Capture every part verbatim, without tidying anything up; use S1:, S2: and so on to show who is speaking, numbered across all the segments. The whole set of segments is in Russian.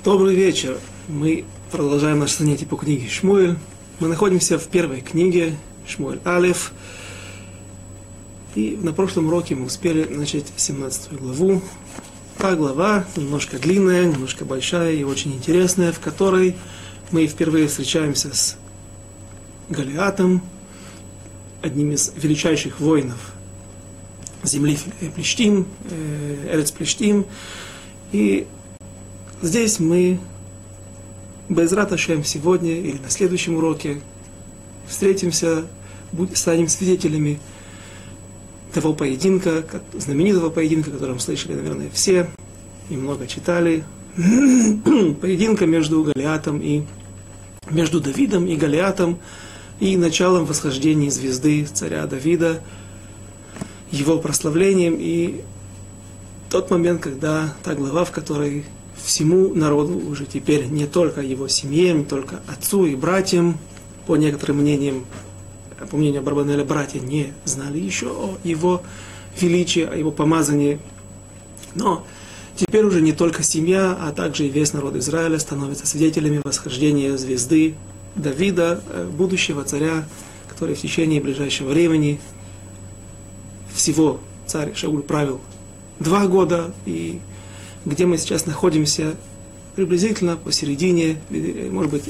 S1: Добрый вечер. Мы продолжаем наше занятие по книге Шмуэль. Мы находимся в первой книге Шмуэль Алеф. И на прошлом уроке мы успели начать семнадцатую главу. Та глава немножко длинная, немножко большая и очень интересная, в которой мы впервые встречаемся с Голиатом, одним из величайших воинов земли Плештим, Эрец Плештим. И здесь мы, Бе'эзрат Ашем, сегодня или на следующем уроке встретимся, станем свидетелями того поединка, знаменитого поединка, о котором слышали, наверное, все и много читали. Поединка между Голиатом и между Давидом и Голиатом и началом восхождения звезды царя Давида, его прославлением и тот момент, когда та глава, в которой всему народу, уже теперь не только его семье, не только отцу и братьям, по некоторым мнениям, по мнению Абарбанеля, братья не знали еще о его величии, о его помазании. Но теперь уже не только семья, а также и весь народ Израиля становятся свидетелями восхождения звезды Давида, будущего царя, который в течение ближайшего времени, всего царь Шауль правил два года, и где мы сейчас находимся, приблизительно посередине, может быть,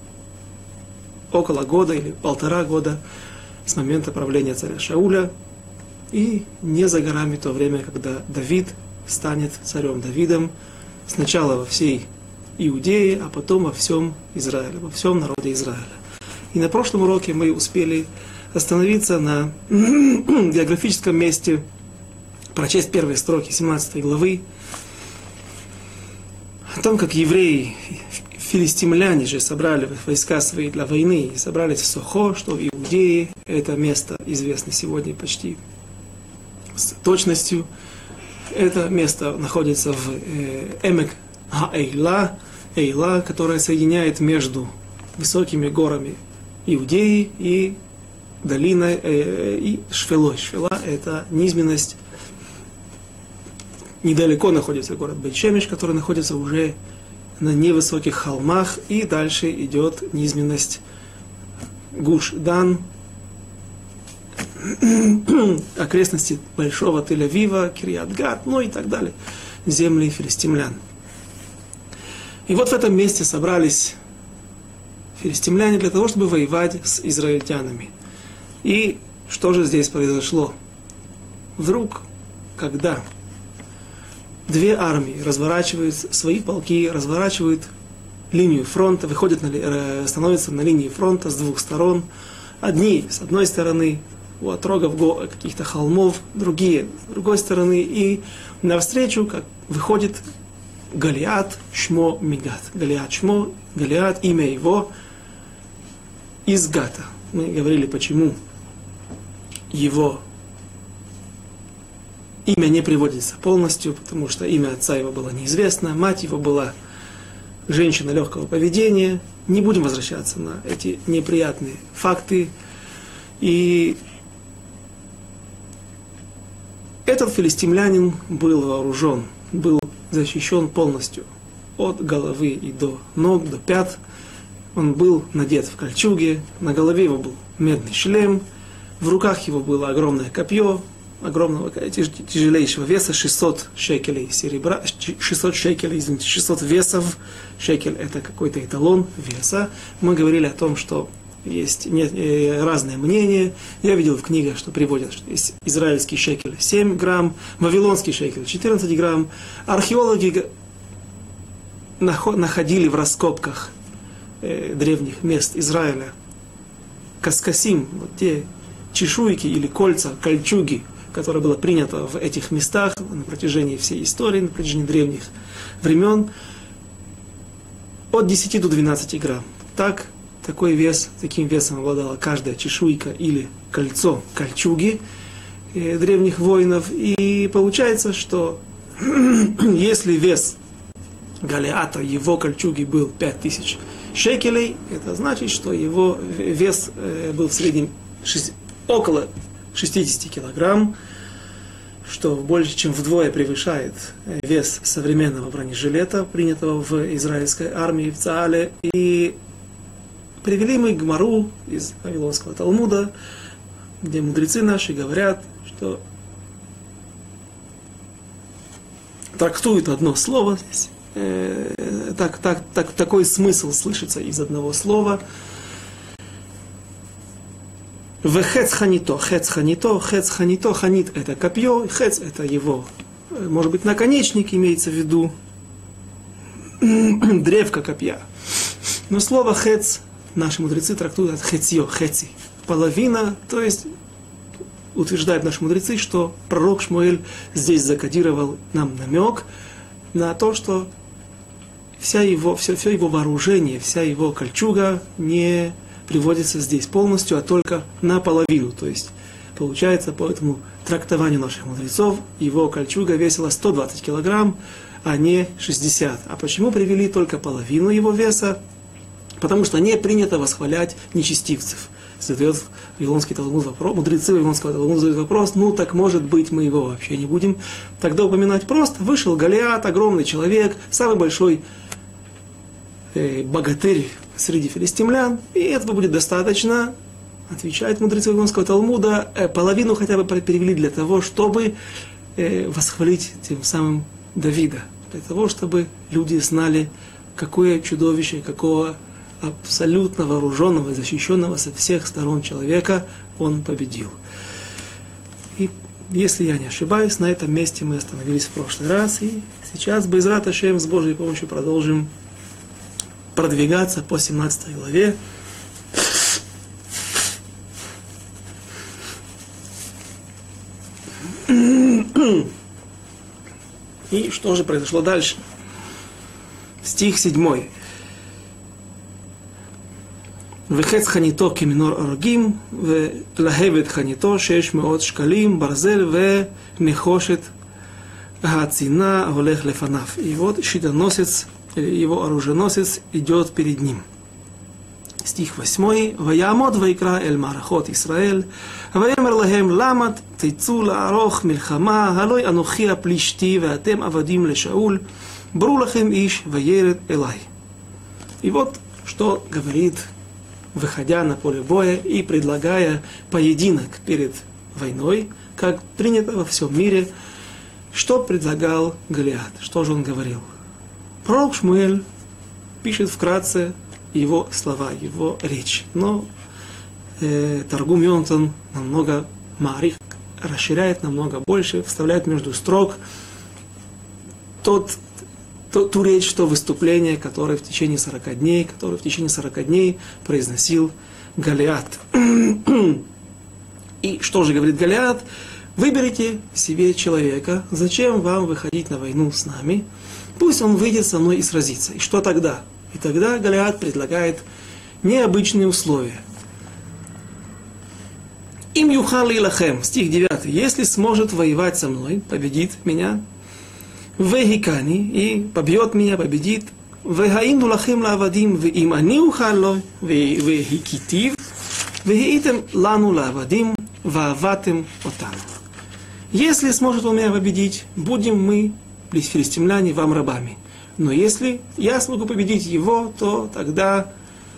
S1: около года или полтора года с момента правления царя Шауля, и не за горами то время, когда Давид станет царем Давидом, сначала во всей Иудее, а потом во всем Израиле, во всем народе Израиля. И на прошлом уроке мы успели остановиться на географическом месте, прочесть первые строки семнадцатой главы, о том, как евреи, филистимляне же собрали войска свои для войны и собрались в Сохо, что в Иудее, это место известно сегодня почти с точностью. Это место находится в э, Эмек Ха-Эйла, Эйла, которая соединяет между высокими горами Иудеи и долиной э, и Шфелой. Шфела – это низменность. Недалеко находится город Бейт-Шемеш, который находится уже на невысоких холмах, и дальше идет низменность Гуш-Дан, окрестности Большого Тель-Авива, Кирьят-Гат, ну и так далее, земли филистимлян. И вот в этом месте собрались филистимляне для того, чтобы воевать с израильтянами. И что же здесь произошло? Вдруг, когда две армии разворачивают свои полки, разворачивают линию фронта, выходят на, становятся на линии фронта с двух сторон. Одни с одной стороны, у отрогов каких-то холмов, другие с другой стороны. И навстречу как выходит Голиат Шмо Мигат. Голиат Шмо, Голиат, имя его из Гата. Мы говорили, почему его имя не приводится полностью, потому что имя отца его было неизвестно, мать его была женщина легкого поведения. Не будем возвращаться на эти неприятные факты. И этот филистимлянин был вооружен, был защищен полностью от головы и до ног, до пят. Он был надет в кольчуге, на голове его был медный шлем, в руках его было огромное копье, огромного, тяжелейшего веса, шестьсот шекелей серебра, шестьсот шекелей, извините, шестьсот весов. Шекель – это какой-то эталон веса. Мы говорили о том, что есть разные мнения. Я видел в книгах, что приводят, что есть израильский шекель семь грамм, вавилонский шекель четырнадцать грамм. Археологи находили в раскопках древних мест Израиля каскасим, вот те чешуйки или кольца, кольчуги, которое было принято в этих местах на протяжении всей истории, на протяжении древних времен, от десяти до двенадцати грамм. Так, такой вес, таким весом обладала каждая чешуйка или кольцо кольчуги э, древних воинов. И получается, что если вес Голиата, его кольчуги был пять тысяч шекелей, это значит, что его вес э, был в среднем шесть, около шестьдесят килограмм, что больше чем вдвое превышает вес современного бронежилета, принятого в израильской армии, в Цаале. И привели мы Гмару из Вавилонского Талмуда, где мудрецы наши говорят, что трактуют одно слово здесь. Э, так, так, так, такой смысл слышится из одного слова. Вехец ханито, хец ханито, хец ханито, ханит это копье, хец это его, может быть, наконечник имеется в виду, древко копья. Но слово хец наши мудрецы трактуют от хецьё, хеци, половина, то есть утверждают наши мудрецы, что пророк Шмуэль здесь закодировал нам намек на то, что вся его, все, все его вооружение, вся его кольчуга не приводится здесь полностью, а только наполовину. То есть, получается, по этому трактованию наших мудрецов, его кольчуга весила сто двадцать килограмм, а не шестьдесят. А почему привели только половину его веса? Потому что не принято восхвалять нечестивцев. Задает Вавилонский Талмуд вопрос, мудрецы Вавилонского Талмуда задают вопрос, ну так может быть мы его вообще не будем тогда упоминать. Просто вышел Голиат, огромный человек, самый большой э, богатырь среди филистимлян, и этого будет достаточно, отвечает мудрецы Вавилонского Талмуда, э, половину хотя бы перевели для того, чтобы э, восхвалить тем самым Давида, для того, чтобы люди знали, какое чудовище, какого абсолютно вооруженного и защищенного со всех сторон человека он победил. И если я не ошибаюсь, на этом месте мы остановились в прошлый раз, и сейчас, Бе'эзрат Ашем, с Божьей помощью продолжим продвигаться по семнадцатой главе. И что же произошло дальше? Стих седьмой. וחץ חניתו כמנור ארוגים, ולהבת חניתו שש מאות שקלים, ברזל ונחושת הצינה הולך לפניו. И вот щитоносец, его оруженосец идет перед ним. Стих восьмой. ויעמוד ויקרא אל מערכות ישראל, ויאמר להם למה תצאו לערוך מלחמה, הלא אנוכי הפלישתי ואתם עבדים לשאול, ברו לכם איש וירד אליי. И вот что говорит, выходя на поле боя и предлагая поединок перед войной, как принято во всем мире, что предлагал Голиат, что же он говорил. Пророк Шмуэль пишет вкратце его слова, его речь, но э, Таргум Йонатан намного маарих, расширяет намного больше, вставляет между строк тот То, ту речь, то выступление, которое в течение сорока дней, которое в течение сорока дней произносил Голиат. И что же говорит Голиат? Выберите себе человека, зачем вам выходить на войну с нами? Пусть он выйдет со мной и сразится. И что тогда? И тогда Голиат предлагает необычные условия. Им юхал лилахем, стих девятый. Если сможет воевать со мной, победит меня, вехикани, и побьет меня, победит, вегаинду лахим лавадим, веим ани ухалло, вехикитив, вехиитем лану лавадим, вааватем отам. Если сможет он меня победить, будем мы, филистимляне, вам рабами. Но если я смогу победить его, то тогда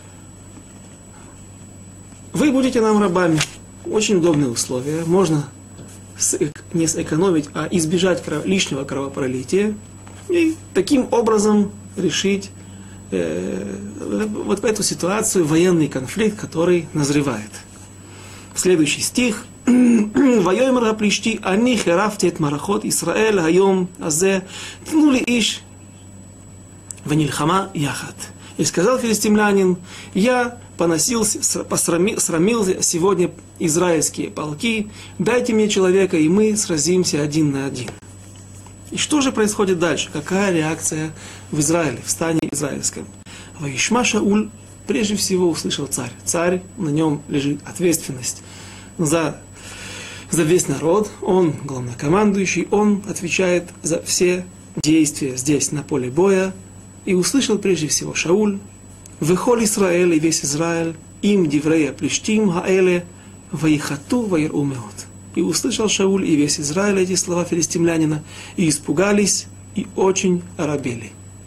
S1: вы будете нам рабами. Очень удобные условия. Можно не сэкономить, а избежать лишнего кровопролития и таким образом решить э, вот эту ситуацию, военный конфликт, который назревает. Следующий стих. «Вайомер хаплишти ани херафти эт марахот Исраэль хайом азе тну ли иш ванильхама яхат». И сказал филистимлянин: я поносился, посрамил, срамил сегодня израильские полки, дайте мне человека, и мы сразимся один на один. И что же происходит дальше? Какая реакция в Израиле, в стане израильском? Ваишма Шауль прежде всего услышал царь. Царь, на нем лежит ответственность за, за весь народ, он главнокомандующий, он отвечает за все действия здесь, на поле боя. И услышал прежде всего Шауль: «Вехоль Исраэль, и весь Израиль, им диврея плештим хаэле, ваихату ваиру меот». И услышал Шауль и весь Израиль эти слова филистимлянина, и испугались, и очень оробели.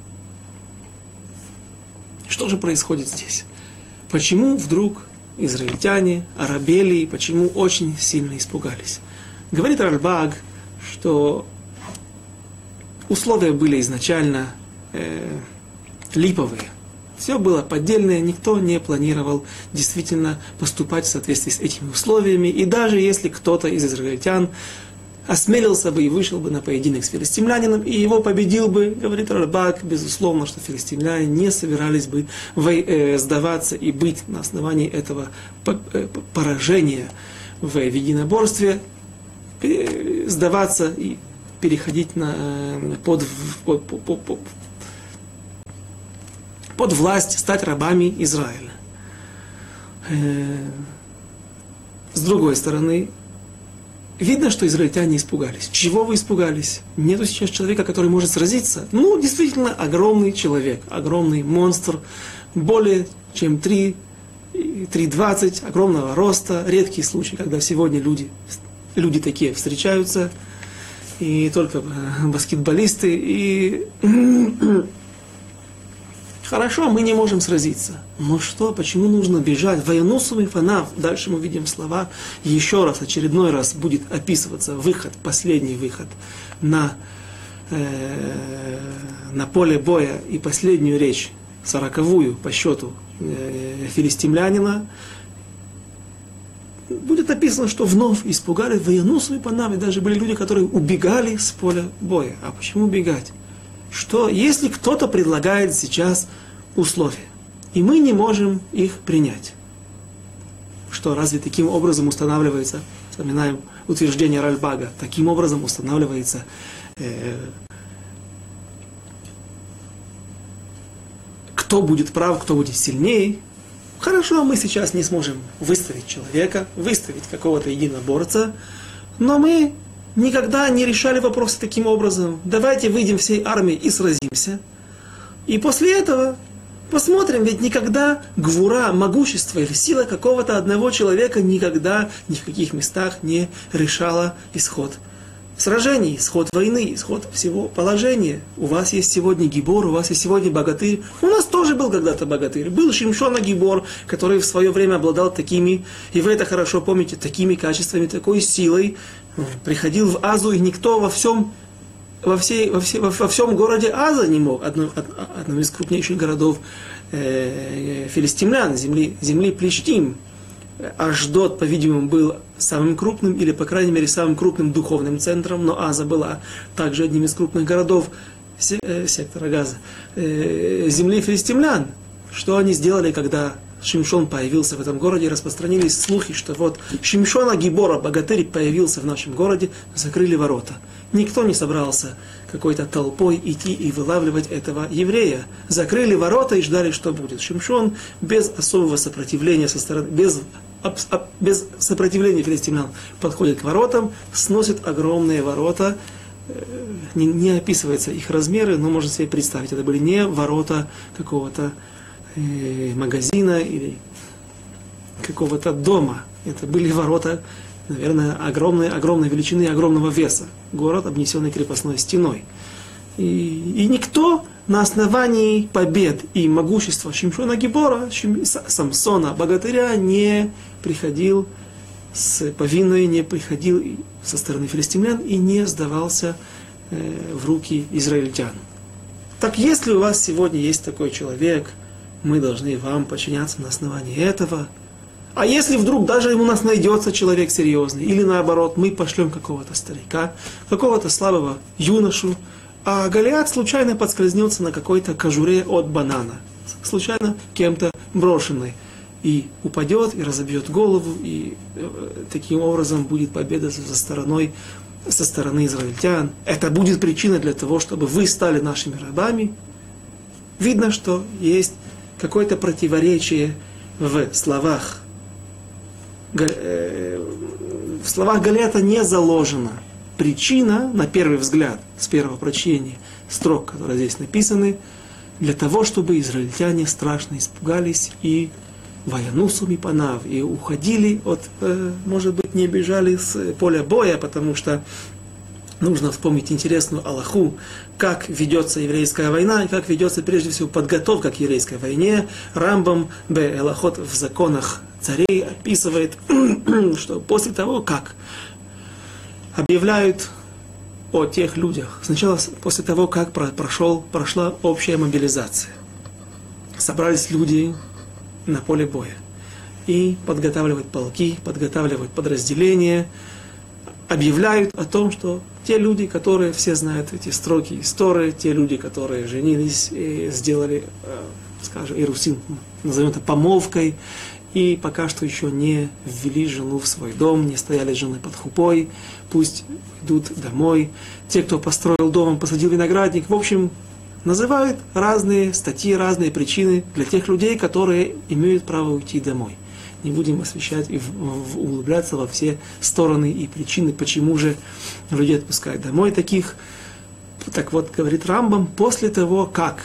S1: Что же происходит здесь? Почему вдруг израильтяне оробели, и почему очень сильно испугались? Говорит Ральбаг, что условия были изначально э, липовые. Все было поддельное, никто не планировал действительно поступать в соответствии с этими условиями. И даже если кто-то из израильтян осмелился бы и вышел бы на поединок с филистимлянином, и его победил бы, говорит Ральбаг, безусловно, что филистимляне не собирались бы сдаваться и быть на основании этого поражения в единоборстве, сдаваться и переходить на, под, под, под, под, под власть, стать рабами Израиля. С другой стороны, видно, что израильтяне испугались. Чего вы испугались? Нету сейчас человека, который может сразиться. Ну, действительно, огромный человек, огромный монстр, более чем три, три двадцать, огромного роста. Редкий случай, когда сегодня люди, люди такие встречаются, и только баскетболисты, и хорошо, мы не можем сразиться. Но что, почему нужно бежать? Военусовый фанав. Дальше мы видим слова. Еще раз, очередной раз будет описываться выход, последний выход на, э, на поле боя и последнюю речь, сороковую по счету э, филистимлянина. Будет описано, что вновь испугали военусовый фанав. И даже были люди, которые убегали с поля боя. А почему убегать? Что если кто-то предлагает сейчас условия, и мы не можем их принять, что разве таким образом устанавливается, вспоминаем утверждение Ральбага, таким образом устанавливается э, кто будет прав, кто будет сильнее. Хорошо, мы сейчас не сможем выставить человека, выставить какого-то единоборца, но мы никогда не решали вопросы таким образом. Давайте выйдем всей армией и сразимся. И после этого посмотрим, ведь никогда гвура, могущество или сила какого-то одного человека никогда ни в каких местах не решала исход сражений, исход войны, исход всего положения. У вас есть сегодня гибор, у вас есть сегодня богатырь. У нас тоже был когда-то богатырь. Был Шимшон гибор, который в свое время обладал такими, и вы это хорошо помните, такими качествами, такой силой. Приходил в Азу, и никто во всем, во, всей, во, все, во, во всем городе Аза не мог, одно, одном из крупнейших городов э, филистимлян, земли, земли Плештим. Ашдод, по-видимому, был самым крупным, или, по крайней мере, самым крупным духовным центром, но Аза была также одним из крупных городов се, э, сектора Газа, э, земли филистимлян. Что они сделали, когда Шимшон появился в этом городе, распространились слухи, что вот Шимшона Гибора, богатырь, появился в нашем городе, закрыли ворота. Никто не собрался какой-то толпой идти и вылавливать этого еврея. Закрыли ворота и ждали, что будет. Шимшон без особого сопротивления со стороны, без, об, об, без сопротивления филистимлян подходит к воротам, сносит огромные ворота. Не, не описываются их размеры, но можно себе представить, это были не ворота какого-то магазина или какого-то дома. Это были ворота, наверное, огромной, огромной величины, огромного веса. Город, обнесенный крепостной стеной. И, и никто на основании побед и могущества Шимшона Гибора, Шим, Самсона, богатыря, не приходил с повинной, не приходил со стороны филистимлян и не сдавался э, в руки израильтян. Так если у вас сегодня есть такой человек, мы должны вам подчиняться на основании этого. А если вдруг даже у нас найдется человек серьезный, или наоборот, мы пошлем какого-то старика, какого-то слабого юношу, а Голиат случайно подскользнется на какой-то кожуре от банана, случайно кем-то брошенный, и упадет, и разобьет голову, и э, таким образом будет победа со стороной, со стороны израильтян. Это будет причина для того, чтобы вы стали нашими рабами. Видно, что есть какое-то противоречие в словах. В словах Голиата не заложена причина, на первый взгляд, с первого прочтения строк, которые здесь написаны, для того, чтобы израильтяне страшно испугались и Ваянусу мипанав, и уходили от, э, может быть, не бежали с поля боя, потому что нужно вспомнить интересную алаху, как ведется еврейская война и как ведется прежде всего подготовка к еврейской войне. Рамбам бе элахот в законах царей описывает, что после того, как объявляют о тех людях, сначала после того, как прошел, прошла общая мобилизация, собрались люди на поле боя и подготавливают полки, подготавливают подразделения, объявляют о том, что те люди, которые все знают эти строки истории, те люди, которые женились и сделали, скажем, ирусин, назовем это помолвкой, и пока что еще не ввели жену в свой дом, не стояли с женой под хупой, пусть идут домой. Те, кто построил дом, посадил виноградник, в общем, называют разные статьи, разные причины для тех людей, которые имеют право уйти домой. Не будем освещать и углубляться во все стороны и причины, почему же людей отпускают домой таких. Так вот, говорит Рамбам, после того, как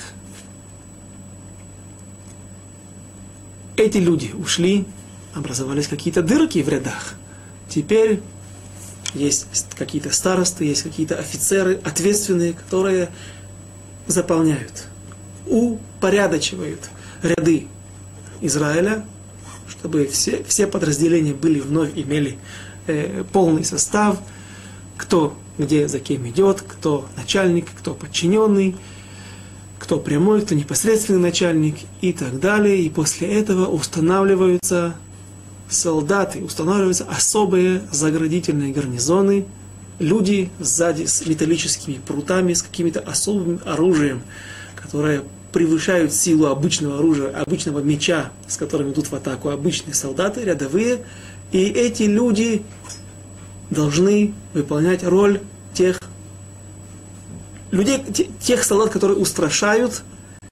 S1: эти люди ушли, образовались какие-то дырки в рядах. Теперь есть какие-то старосты, есть какие-то офицеры ответственные, которые заполняют, упорядочивают ряды Израиля, чтобы все, все подразделения были вновь имели э, полный состав, кто где за кем идет, кто начальник, кто подчиненный, кто прямой, кто непосредственный начальник и так далее. И после этого устанавливаются солдаты, устанавливаются особые заградительные гарнизоны, люди сзади с металлическими прутами, с каким-то особым оружием, которое превышают силу обычного оружия, обычного меча, с которым идут в атаку обычные солдаты, рядовые. И эти люди должны выполнять роль тех людей, тех солдат, которые устрашают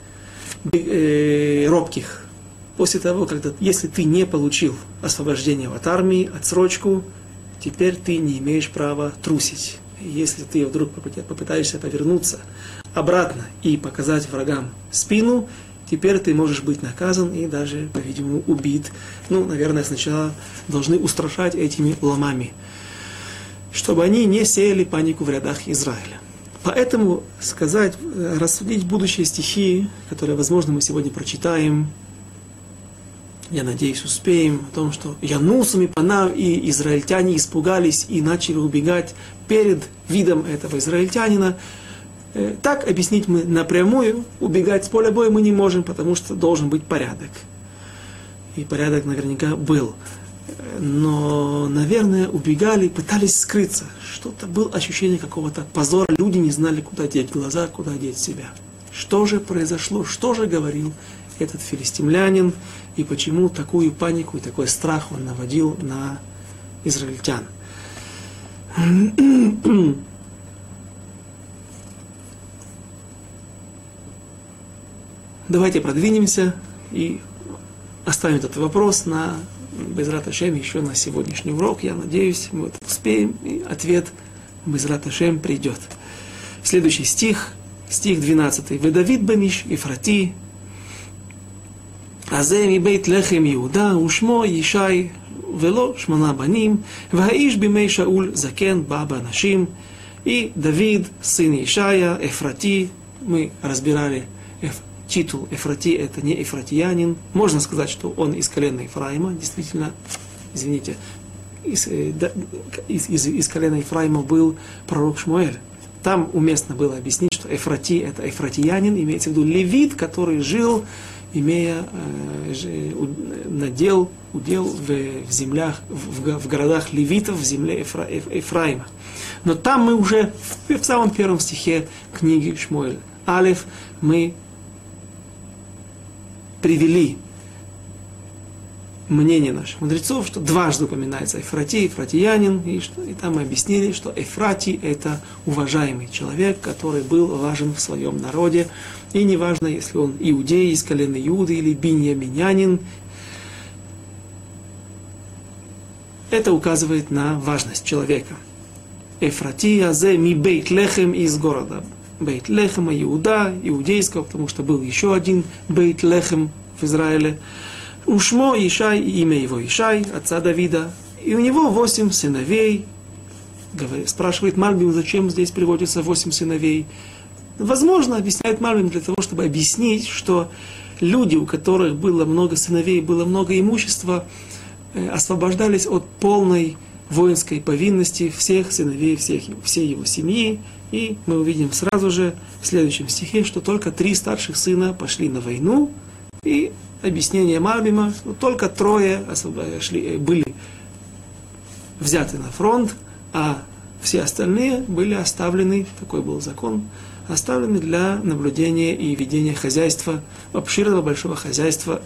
S1: э, робких. После того, когда, если ты не получил освобождение от армии, отсрочку, теперь ты не имеешь права трусить. Если ты вдруг попытаешься повернуться обратно и показать врагам спину, теперь ты можешь быть наказан и даже, по-видимому, убит. Ну, наверное, сначала должны устрашать этими ломами, чтобы они не сеяли панику в рядах Израиля. Поэтому сказать, рассудить будущие стихи, которые, возможно, мы сегодня прочитаем, я надеюсь, успеем, о том, что Янусами Панав и израильтяне испугались и начали убегать перед видом этого израильтянина. Так объяснить мы напрямую, убегать с поля боя мы не можем, потому что должен быть порядок. И порядок наверняка был. Но, наверное, убегали, пытались скрыться. Что-то было ощущение какого-то позора. Люди не знали, куда деть глаза, куда деть себя. Что же произошло, что же говорил этот филистимлянин, и почему такую панику и такой страх он наводил на израильтян. Давайте продвинемся и оставим этот вопрос на Безрат Ашем еще на сегодняшний урок. Я надеюсь, мы это успеем, и ответ Безрат Ашем придет. Следующий стих, стих двенадцатый. «Ведавид бемиш Ифрати, азе ми бейт лехем Иуда, ушмо Йишай, вело шмона баним, ваиш бимей Шауль закен баба нашим». И Давид, сын Ишая, Эфрати, мы разбирали титул Эфрати, это не эфратиянин. Можно сказать, что он из колена Ефраима. Действительно, извините, из, из, из, из колена Ефраима был пророк Шмуэль. Там уместно было объяснить, что Эфрати это эфратиянин, имеется в виду левит, который жил, имея э, надел, удел в, в землях, в, в городах левитов, в земле Эфра, Эф, Ефраима. Но там мы уже в, в самом первом стихе книги Шмуэль Алеф мы привели мнение наших мудрецов, что дважды упоминается Эфрати, эфратиянин, и, что, и там мы объяснили, что Эфрати это уважаемый человек, который был важен в своем народе, и неважно, если он иудей из колена Иуды или биньяминянин, это указывает на важность человека. Эфрати азе ми бейт лехем из города Бейт Лехема, Иуда, иудейского, потому что был еще один Бейт Лехем в Израиле. Ушмо Ишай, имя его Ишай, отца Давида, и у него восемь сыновей. Спрашивает Мальбим, зачем здесь приводится восемь сыновей. Возможно, объясняет Мальбим для того, чтобы объяснить, что люди, у которых было много сыновей, было много имущества, освобождались от полной воинской повинности всех сыновей, всех, всей его семьи. И мы увидим сразу же в следующем стихе, что только три старших сына пошли на войну. И объяснение Мальбима, что только трое шли, были взяты на фронт, а все остальные были оставлены, такой был закон, оставлены для наблюдения и ведения хозяйства, обширного большого хозяйства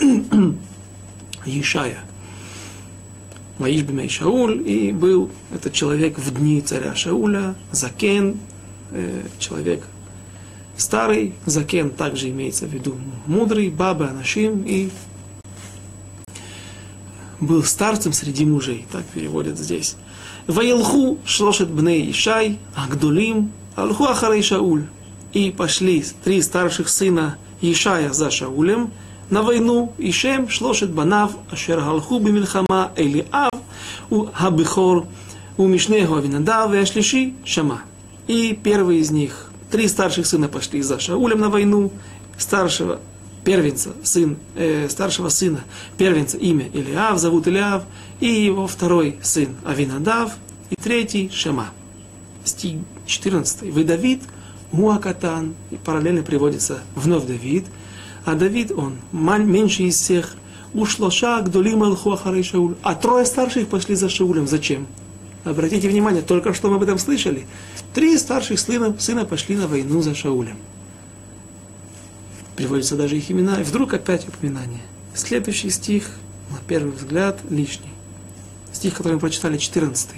S1: Ишая. Ваишбимей Шауль, и был этот человек в дни царя Шауля, Закен, э, человек старый, Закен также имеется в виду мудрый, Баба Анашим, и был старцем среди мужей, так переводят здесь. Ваилху шлошет бней Ишай, Агдулим, Алху ахарей Шауль. И пошли три старших сына Ишая за Шаулем на войну. Ишем шлошет банав, ашер галху бимильхама Элиав, у Хабихор, у Мишнеху Авинадав, и Ашлиши Шама. И первый из них, три старших сына пошли за Шаулем на войну, старшего первенца, сын, э, старшего сына, первенца имя Илиав, зовут Илиав, и его второй сын Авинадав, и третий Шама. Стих четырнадцатый. Вы Давид, Гуакатан, и параллельно приводится вновь Давид, а Давид, он меньший из всех, ушлоша гдолим алху ахарей Шауль, а трое старших пошли за Шаулем. Зачем? Обратите внимание, только что мы об этом слышали. Три старших сына, сына пошли на войну за Шаулем. Приводятся даже их имена, и вдруг опять упоминание. Следующий стих, на первый взгляд, лишний. Стих, который мы прочитали, четырнадцатый.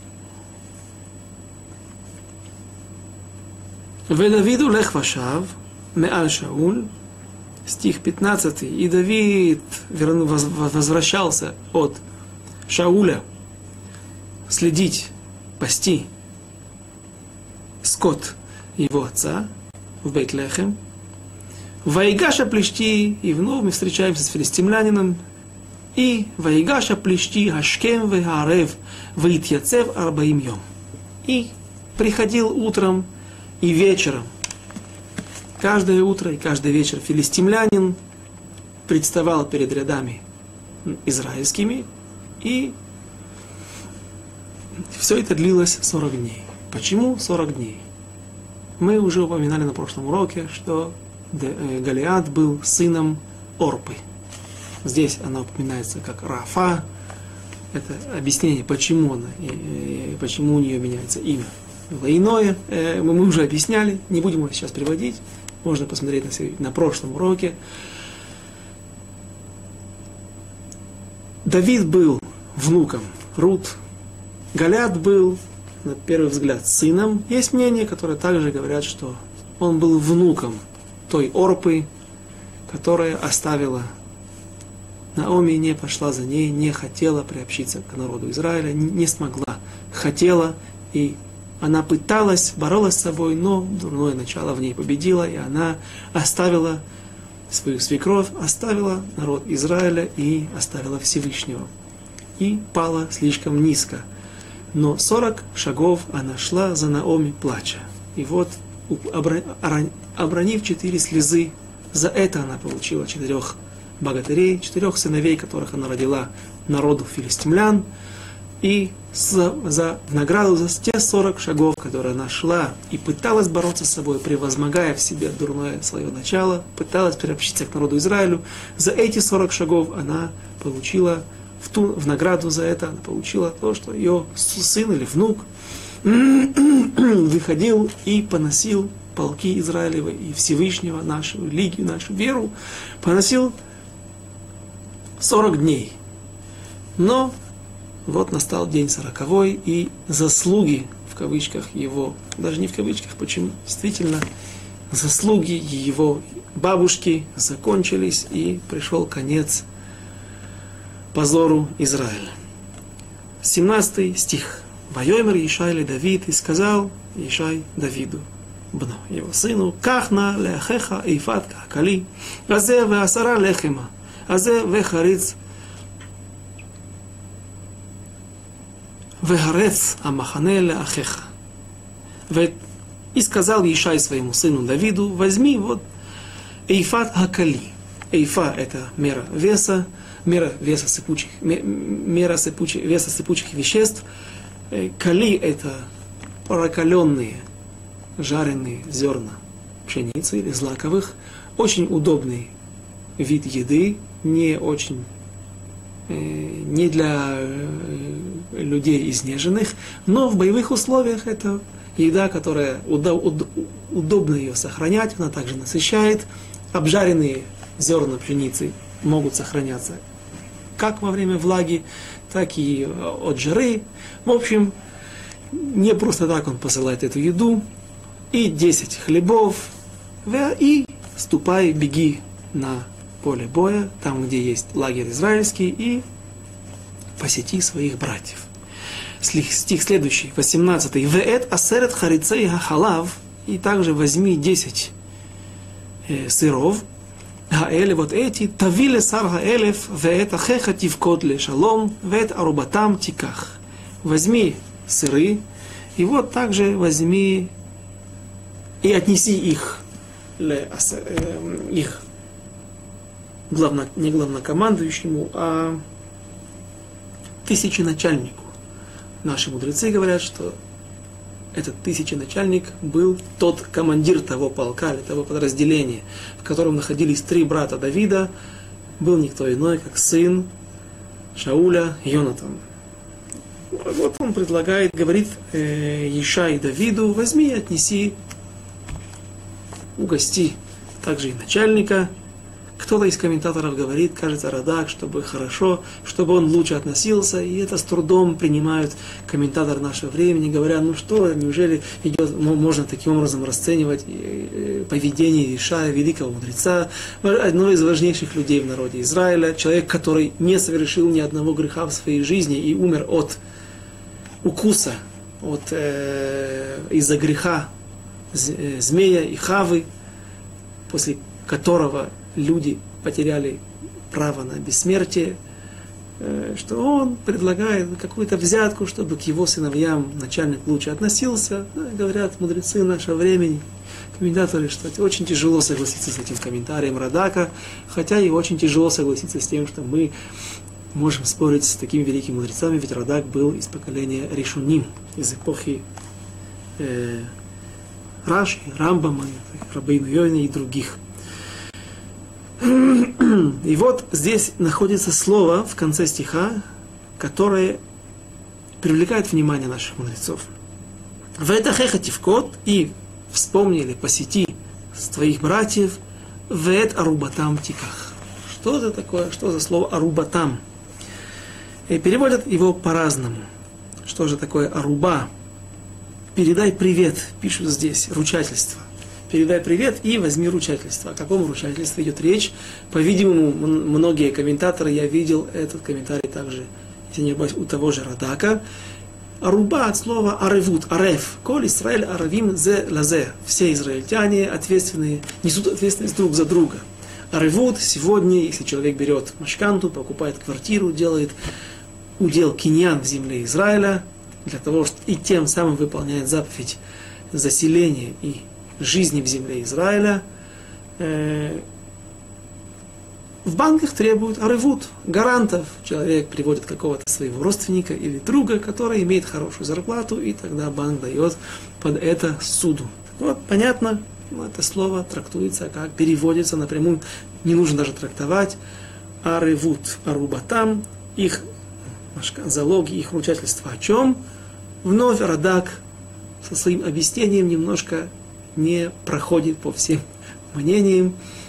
S1: «Ве Давиду лех вашав, меаль Шауль», стих пятнадцатый. И Давид верну, возвращался от Шауля следить, пасти скот его отца в Бейт-Лехем. Ваигаша плещи, и вновь мы встречаемся с филистимлянином. И Ваигаша плещи Хашкем вегарев ваитьяцев арбаим йом. И приходил утром и вечером. Каждое утро и каждый вечер филистимлянин представал перед рядами израильскими, и все это длилось сорок дней. Почему сорок дней? Мы уже упоминали на прошлом уроке, что Голиат был сыном Орпы. Здесь она упоминается как Рафа. Это объяснение, почему она, и, и почему у нее меняется имя. Было иное, мы уже объясняли, не будем его сейчас приводить. Можно посмотреть на, на прошлом уроке. Давид был внуком Рут. Голиат был, на первый взгляд, сыном. Есть мнения, которые также говорят, что он был внуком той Орпы, которая оставила Наоми, не пошла за ней, не хотела приобщиться к народу Израиля, не смогла, хотела, и она пыталась, боролась с собой, но дурное начало в ней победило, и она оставила свою свекровь, оставила народ Израиля и оставила Всевышнего. И пала слишком низко. Но сорок шагов она шла за Наоми, плача. И вот, обронив четыре слезы, за это она получила четырех богатырей, четырех сыновей, которых она родила народу филистимлян, и за, за в награду за те сорок шагов, которые она шла и пыталась бороться с собой, превозмогая в себе дурное свое начало, пыталась приобщиться к народу Израилю, за эти сорок шагов она получила, в, ту, в награду за это она получила то, что ее сын или внук выходил и поносил полки Израилева и Всевышнего, нашу религию, нашу веру, поносил сорок дней. Но вот настал день сороковой, и заслуги, в кавычках, его, даже не в кавычках, почему, действительно, заслуги его бабушки закончились, и пришел конец позору Израиля. семнадцатый стих. «Вайомер Ишай ле Давид», и сказал Ишай Давиду, бно, его сыну, «Кахна леахеха эйфат кахкали, разе веасара лехема, Азе вехариц вегарец амахане леахеха. И сказал Ишай своему сыну Давиду: возьми вот эйфат хакали. Эйфа — это мера веса, мера веса сыпучих, мера сыпучих, веса сыпучих веществ. Кали — это прокаленные, жареные зерна пшеницы или злаковых. Очень удобный вид еды, не очень, не для людей изнеженных, но в боевых условиях это еда, которая удобно ее сохранять, она также насыщает. Обжаренные зерна пшеницы могут сохраняться как во время влаги, так и от жары. В общем, не просто так он посылает эту еду. И десять хлебов, и ступай, беги на поле боя, там, где есть лагерь израильский, и посети своих братьев. Стих следующий, восемнадцатый. «Веэт асерет харицей хахалав», и также возьми десять э, сыров, хаэле, вот эти, тавиле сар хаэлев, веэт ахеха тивкот ле шалом, веэт арубатам тиках. Возьми сыры, и вот также возьми и отнеси их, ле, э, их главно, не главнокомандующему, а тысяченачальнику. Наши мудрецы говорят, что этот тысяченачальник был тот командир того полка или того подразделения, в котором находились три брата Давида, был никто иной, как сын Шауля Йонатан. Вот он предлагает, говорит э, Ишай Давиду: возьми и отнеси, угости также и начальника. Кто-то из комментаторов говорит, кажется, Радак, чтобы хорошо, чтобы он лучше относился, и это с трудом принимают комментаторы нашего времени, говоря: ну что, неужели идет, можно таким образом расценивать поведение Ишая, великого мудреца, одного из важнейших людей в народе Израиля, человек, который не совершил ни одного греха в своей жизни и умер от укуса, от, э, из-за греха змея и Хавы, после которого люди потеряли право на бессмертие, что он предлагает какую-то взятку, чтобы к его сыновьям начальник лучше относился. Говорят мудрецы нашего времени, комментаторы, что очень тяжело согласиться с этим комментарием Радака, хотя и очень тяжело согласиться с тем, что мы можем спорить с такими великими мудрецами, ведь Радак был из поколения Ришуним, из эпохи э, Раши, Рамбама, Рабейну Йони и других. И вот здесь находится слово в конце стиха, которое привлекает внимание наших мудрецов. «Вээтахеха тивкот», и вспомни или посети твоих братьев, «вээт арубатам тиках». Что это такое? Что за слово арубатам? И переводят его по-разному. Что же такое аруба? Передай привет, пишут здесь, ручательство. Передай привет и возьми ручательство. О каком ручательстве идет речь? По-видимому, многие комментаторы, я видел этот комментарий также, если не ошибаюсь, у того же Радака. Аруба от слова аревут, арев. Коль Исраэль аравим зе лазе. Все израильтяне ответственные, несут ответственность друг за друга. Аревут сегодня, если человек берет машканту, покупает квартиру, делает удел киньян в земле Израиля, для того, чтобы и тем самым выполняет заповедь заселения и жизни в земле Израиля, э, в банках требуют аревут, гарантов. Человек приводит какого-то своего родственника или друга, который имеет хорошую зарплату, и тогда банк дает под это суду. Вот, понятно, это слово трактуется как, переводится напрямую, не нужно даже трактовать. Аревут, арубатам, их залоги, их ручательство о чем? Вновь Радак со своим объяснением немножко не проходит по всем мнениям.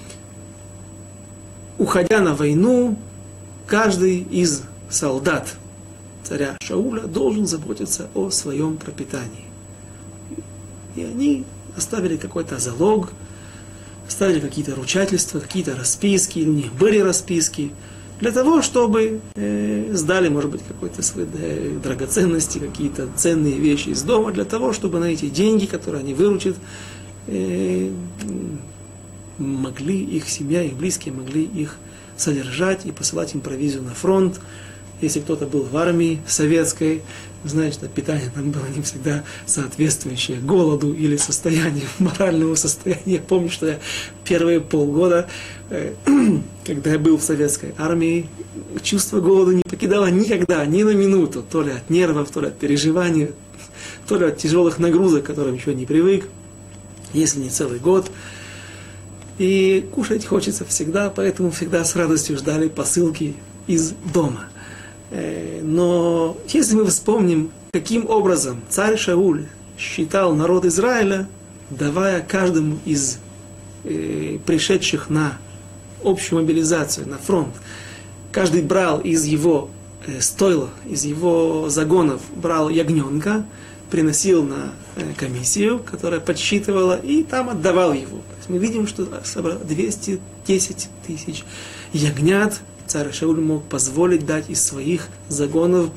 S1: Уходя на войну, каждый из солдат царя Шауля должен заботиться о своем пропитании. И они оставили какой-то залог, оставили какие-то ручательства, какие-то расписки, или у них были расписки, для того, чтобы э, сдали, может быть, какой-то свои э, драгоценности, какие-то ценные вещи из дома, для того, чтобы на эти деньги, которые они выручат, могли их семья, их близкие могли их содержать и посылать им провизию на фронт. Если кто-то был в армии советской, знает, что питание там было не всегда соответствующее голоду или состоянию, моральному состоянию. Я помню, что я первые полгода, э, когда я был в советской армии, чувство голода не покидало никогда, ни на минуту. То ли от нервов, то ли от переживаний, то ли от тяжелых нагрузок, к которым еще не привык, если не целый год. И кушать хочется всегда, поэтому всегда с радостью ждали посылки из дома. Но если мы вспомним, каким образом царь Шауль считал народ Израиля, давая каждому из э, пришедших на общую мобилизацию, на фронт, каждый брал из его э, стойла, из его загонов, брал ягненка, приносил на э, комиссию, которая подсчитывала, и там отдавал его. То есть мы видим, что собрал двести десять тысяч ягнят. Царь Шауль мог позволить дать из своих загонов.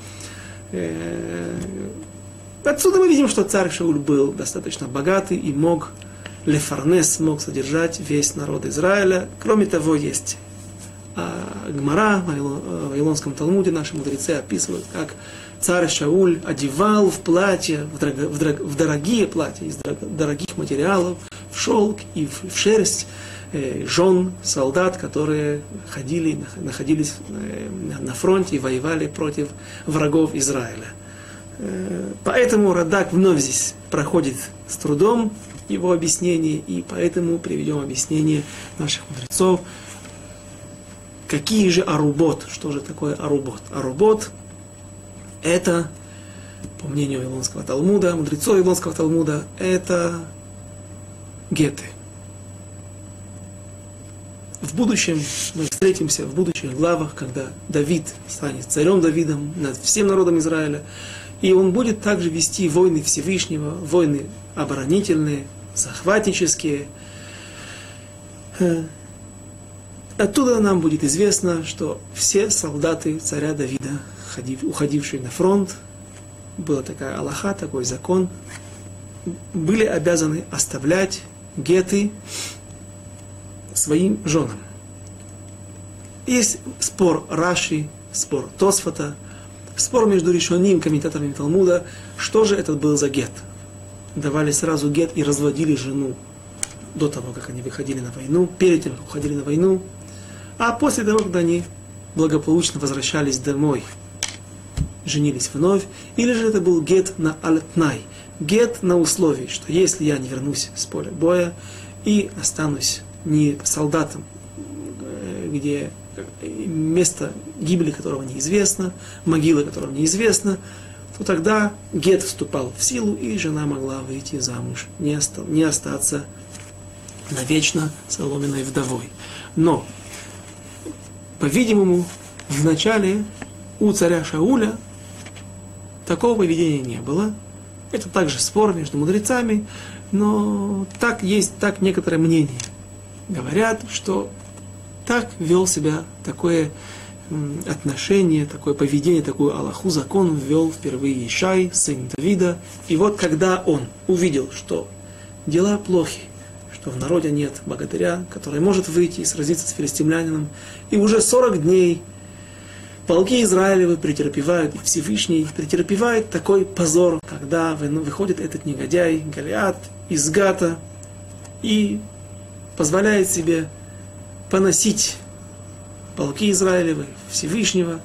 S1: Отсюда мы видим, что царь Шауль был достаточно богатый и мог, лефарнес, мог содержать весь народ Израиля. Кроме того, есть Гмара в Вавилонском Талмуде, наши мудрецы описывают, как царь Шауль одевал в платья, в, дорого, в, дорого, в дорогие платья из дорогих материалов, в шелк и в, в шерсть, жен солдат, которые ходили, находились на фронте и воевали против врагов Израиля. Поэтому Радак вновь здесь проходит с трудом его объяснение, и поэтому приведем объяснение наших мудрецов. Какие же арубот? Что же такое арубот? Арубот – это, по мнению Вавилонского Талмуда, мудрецов Вавилонского Талмуда, это геты. В будущем мы встретимся в будущих главах, когда Давид станет царем Давидом над всем народом Израиля, и он будет также вести войны Всевышнего, войны оборонительные, захватнические. Оттуда нам будет известно, что все солдаты царя Давида, уходившие на фронт, была такая алаха, такой закон, были обязаны оставлять геты своим женам. Есть спор Раши, спор Тосфота, спор между Ришоним, комментаторами Талмуда, что же это был за гет. Давали сразу гет и разводили жену до того, как они выходили на войну, перед тем, как уходили на войну, а после того, когда они благополучно возвращались домой, женились вновь, или же это был гет на аль-тнай, гет на условии, что если я не вернусь с поля боя и останусь не солдатом, где место гибели которого неизвестно, могила которого неизвестна, то тогда гет вступал в силу, и жена могла выйти замуж, не, оста- не остаться навечно соломенной вдовой. Но, по-видимому, в начале у царя Шауля такого поведения не было. Это также спор между мудрецами, но так есть так некоторое мнение. Говорят, что так вел себя такое м, отношение, такое поведение, такую алаху, закон ввел впервые Ишай, сын Давида. И вот когда он увидел, что дела плохи, что в народе нет богатыря, который может выйти и сразиться с филистимлянином, и уже сорок дней полки Израилевы претерпевают, и Всевышний претерпевает такой позор, когда выходит этот негодяй Голиат из Гата и позволяет себе поносить полки Израилевы, Всевышнего.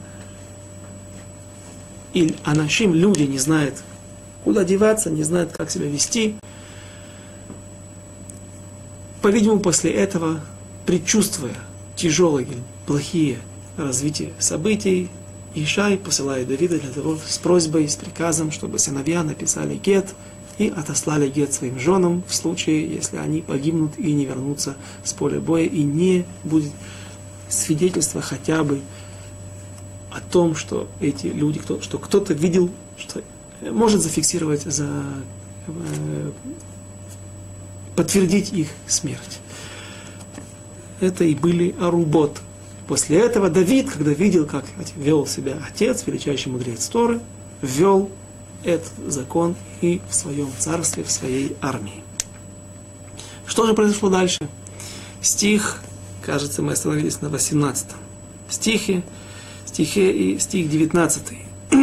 S1: И анашим, люди, не знают, куда деваться, не знают, как себя вести. По-видимому, после этого, предчувствуя тяжелые, плохие развития событий, Ишай посылает Давида для того, с просьбой, с приказом, чтобы сыновья написали гет и отослали гет своим женам в случае, если они погибнут и не вернутся с поля боя, и не будет свидетельства хотя бы о том, что эти люди, кто, что кто-то видел, что может зафиксировать, за, э, подтвердить их смерть. Это и были арубот. После этого Давид, когда видел, как вел себя отец, величайший мудрец Торы, ввел этот закон и в своем царстве, в своей армии. Что же произошло дальше? Стих, кажется, мы остановились на восемнадцатом. стихе, стихе и стих девятнадцатый.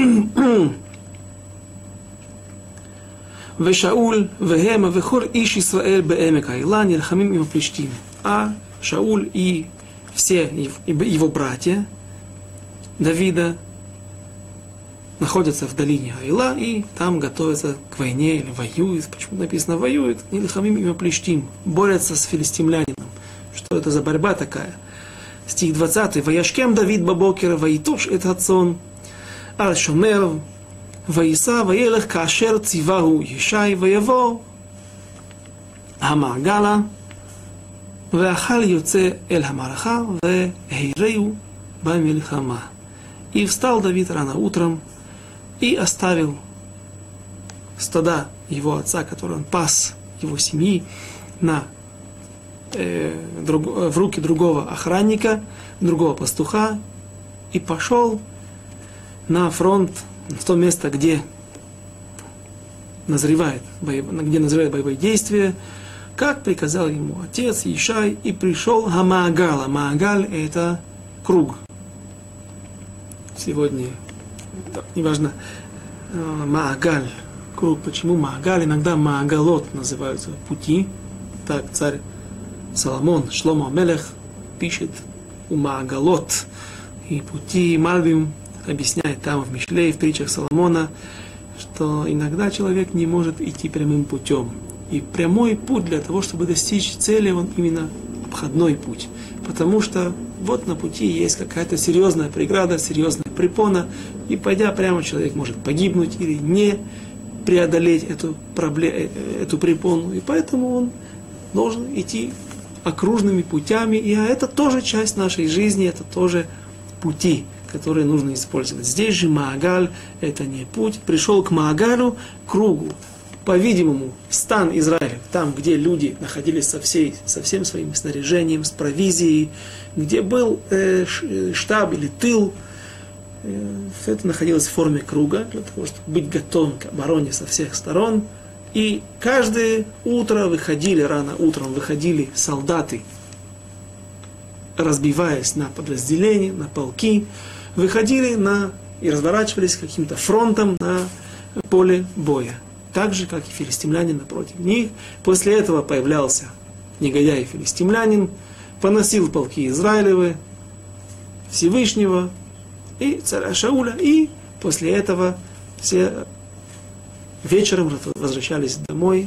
S1: Вешауль, вехема, вехор иш Исраэль беэмек Аила, нельхамим им плештим. А Шауль и все его братья Давида находятся в долине Аила и там готовятся к войне или воюют. Почему написано воюют? Нельхамим им плештим. Борются с филистимлянином. Что это за борьба такая? Стих двадцатый. Ваяшкем Давид бабокера, ваитош эт хацон, аль шомер, ваиса, ваелех кашер циваху ешай, ваево המעגלה, ואכל יוצא אל המערכה, והירהו במלחמה. И встал Давид рано утром и оставил стада его отца, который он пас, его семьи, на, э, друг, в руки другого охранника, другого пастуха, и пошел на фронт, в то место, где назревает, где назревает боевые действия, как приказал ему отец Ишай, и пришел Хамаагаль. Маагаль — это круг. Сегодня, так, неважно, Маагаль, круг. Почему Маагаль? Иногда Маагалот называются пути. Так царь Соломон, Шломо Амелех, пишет у Маагалот. И пути Мальбим объясняет там в Мишле, в притчах Соломона, что иногда человек не может идти прямым путем. И прямой путь для того, чтобы достичь цели, он именно обходной путь. Потому что вот на пути есть какая-то серьезная преграда, серьезная препона, и пойдя прямо, человек может погибнуть или не преодолеть эту, проблему, эту препону. И поэтому он должен идти окружными путями, и а это тоже часть нашей жизни, это тоже пути, которые нужно использовать. Здесь же Маагаль — это не путь. Пришел к Маагалю, кругу. По-видимому, стан Израиля, там, где люди находились со, всей, со всем своим снаряжением, с провизией, где был э, штаб или тыл, э, это находилось в форме круга, для того, чтобы быть готовым к обороне со всех сторон. И каждое утро выходили, рано утром выходили солдаты, разбиваясь на подразделения, на полки, выходили на, и разворачивались каким-то фронтом на поле боя. Так же, как и филистимлянин напротив них. После этого появлялся негодяй филистимлянин, поносил полки Израилевы, Всевышнего и царя Шауля, и после этого все вечером возвращались домой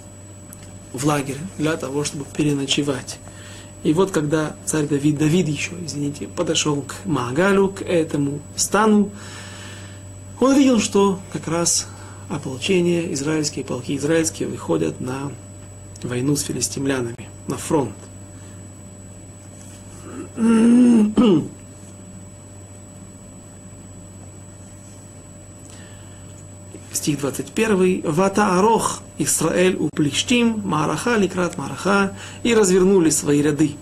S1: в лагерь для того, чтобы переночевать. И вот когда царь Давид, Давид еще, извините, подошел к Маагалю, к этому стану, он видел, что как раз ополчение, израильские полки израильские выходят на войну с филистимлянами, на фронт. Стих двадцать первый. Вата арох Исраэль у плештим, мараха ликрат мараха, и развернули свои ряды.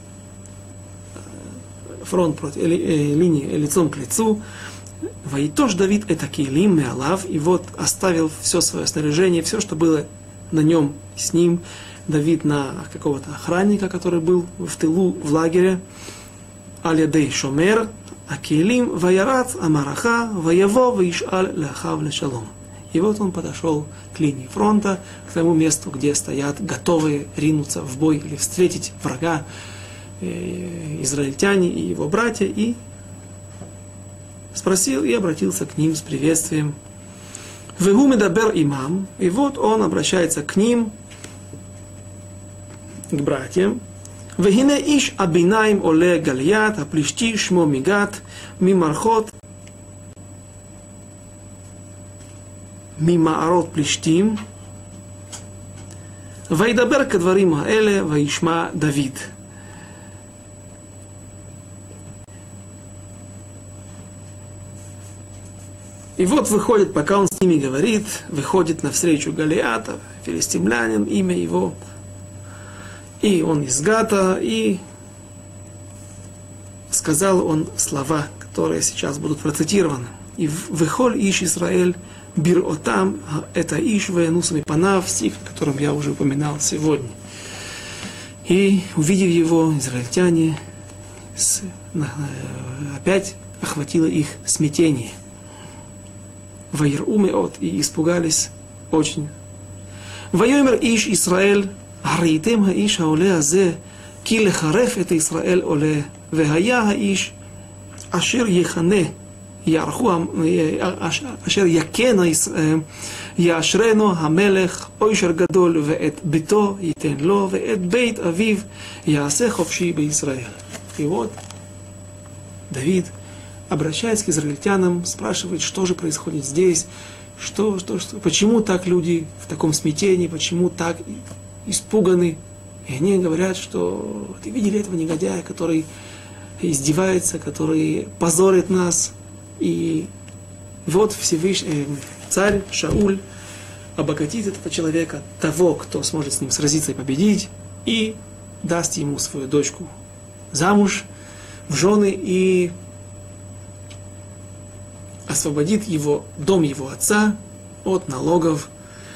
S1: Фронт против, э, э, линии лицом к лицу. Ваитош Давид это килим меалав, и вот оставил все свое снаряжение, все, что было на нем, с ним, Давид на какого-то охранника, который был в тылу, в лагере, алядей шомер, а килим ваярат амараха, ваяво ваишаль ляхав лешалом. И вот он подошел к линии фронта, к тому месту, где стоят готовые ринуться в бой или встретить врага э, израильтяне и его братья, и спросил и обратился к ним с приветствием. Вегу медабер имам, и вот он обращается к ним, к братьям. Вегине иш абинаим оле галият, аплишти шмо мигат, мимархот, мимаарот плиштим, вайдабер кадварим хаэле, ваишма Давид. И вот выходит, пока он с ними говорит, выходит навстречу Голиата, филистимлянин, имя его. И он из Гата, и сказал он слова, которые сейчас будут процитированы. И «Вехоль иш Исраэль бир отам, это иш ваянусами панав», стих, о котором я уже упоминал сегодня. И увидев его, израильтяне с, опять охватило их смятение. Ваиру меот, и испугались очень. Вайомер иш Исраэль, гарейтем хаиш хаоле азе, ки лехареф это Исраэль оле, вехая хаиш, ашер ехане, יערכו, אשר יקנה יאשרנו המלך אושר גדול ואת ביתו ייתן לו ואת בית אביו יעשה חופשי בישראל. И вот Давид, обращаясь к израильтянам, спрашивает, что же происходит здесь, что, что, что, почему так люди в таком смятении, почему так испуганы. И они говорят, что ты видели этого негодяя, который издевается, который позорит нас. И вот Всевышний царь Шауль обогатит этого человека, того, кто сможет с ним сразиться и победить, и даст ему свою дочку замуж, в жены, и освободит его, дом его отца от налогов.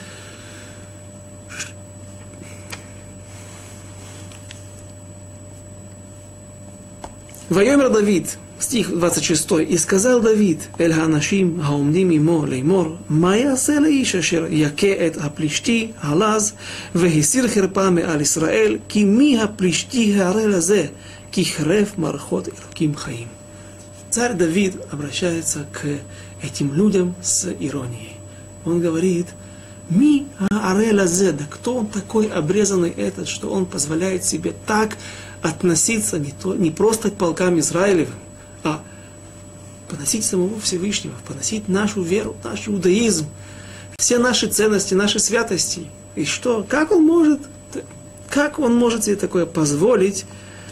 S1: Вайомер Давид, стих двадцать шесть. «И сказал Давид, эль ханашим хаумдим имо леймор, ма ясе лаиш ашер яке эт хаплишти халаз, вехисир херпа меал Исраэль, ки ми хаплишти харе лазе, ки хреф мархот элоким хаим». Царь Давид обращается к этим людям с иронией. Он говорит, ми харе лазе, да кто он такой обрезанный этот, что он позволяет себе так относиться не, то, не просто к полкам Израилевым, а поносить самого Всевышнего, поносить нашу веру, наш иудаизм, все наши ценности, наши святости. И что? Как он может, как он может себе такое позволить?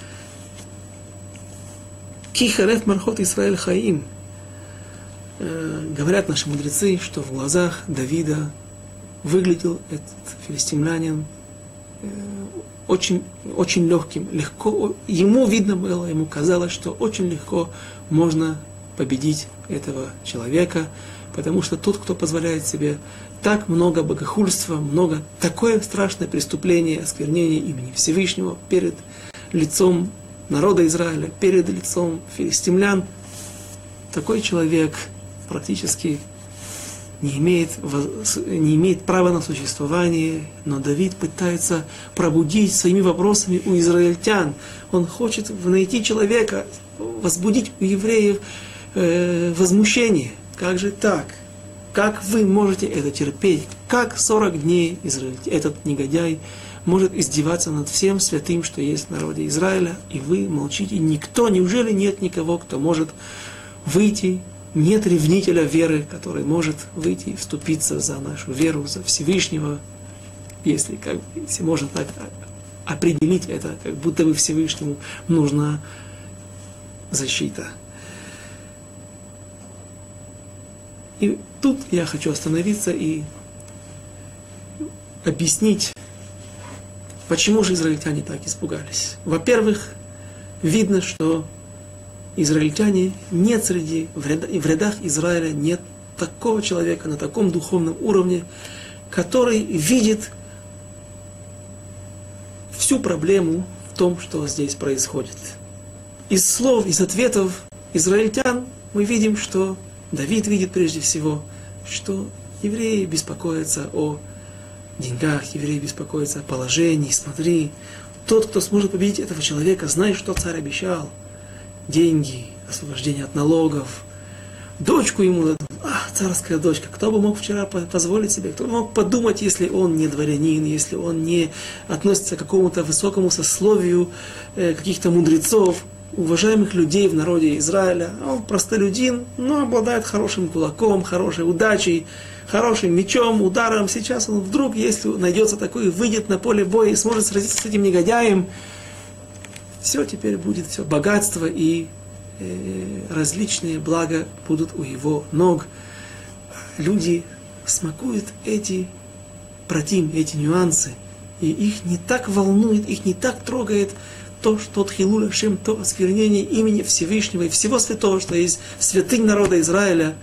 S1: Кихареф мархот Исраэль хаим. Говорят наши мудрецы, что в глазах Давида выглядел этот филистимлянин очень, очень легким, легко, ему видно было, ему казалось, что очень легко можно победить этого человека, потому что тот, кто позволяет себе так много богохульства, много, такое страшное преступление, осквернение имени Всевышнего перед лицом народа Израиля, перед лицом филистимлян, такой человек практически не имеет, не имеет права на существование, но Давид пытается пробудить своими вопросами у израильтян. Он хочет найти человека, возбудить у евреев э, возмущение. Как же так? Как вы можете это терпеть? Как сорок дней израиль... этот негодяй может издеваться над всем святым, что есть в народе Израиля, и вы молчите? Никто, неужели нет никого, кто может выйти? Нет ревнителя веры, который может выйти и вступиться за нашу веру, за Всевышнего, если, как, если можно так определить это, как будто бы Всевышнему нужна защита. И тут я хочу остановиться и объяснить, почему же израильтяне так испугались. Во-первых, видно, что израильтяне нет среди, в рядах Израиля нет такого человека на таком духовном уровне, который видит всю проблему в том, что здесь происходит. Из слов, из ответов израильтян мы видим, что Давид видит прежде всего, что евреи беспокоятся о деньгах, евреи беспокоятся о положении. Смотри, тот, кто сможет победить этого человека, знает, что царь обещал. Деньги, освобождение от налогов, дочку ему дадут. А, царская дочка. Кто бы мог вчера позволить себе, кто бы мог подумать, если он не дворянин, если он не относится к какому-то высокому сословию э, каких-то мудрецов, уважаемых людей в народе Израиля. А он простолюдин, но обладает хорошим кулаком, хорошей удачей, хорошим мечом, ударом. Сейчас он вдруг, если найдется такой, выйдет на поле боя и сможет сразиться с этим негодяем, все теперь будет, все богатство и э, различные блага будут у его ног. Люди смакуют эти протим, эти нюансы, и их не так волнует, их не так трогает то, что Хилуль Ашем, то осквернение имени Всевышнего и всего святого, что есть святынь народа Израиля,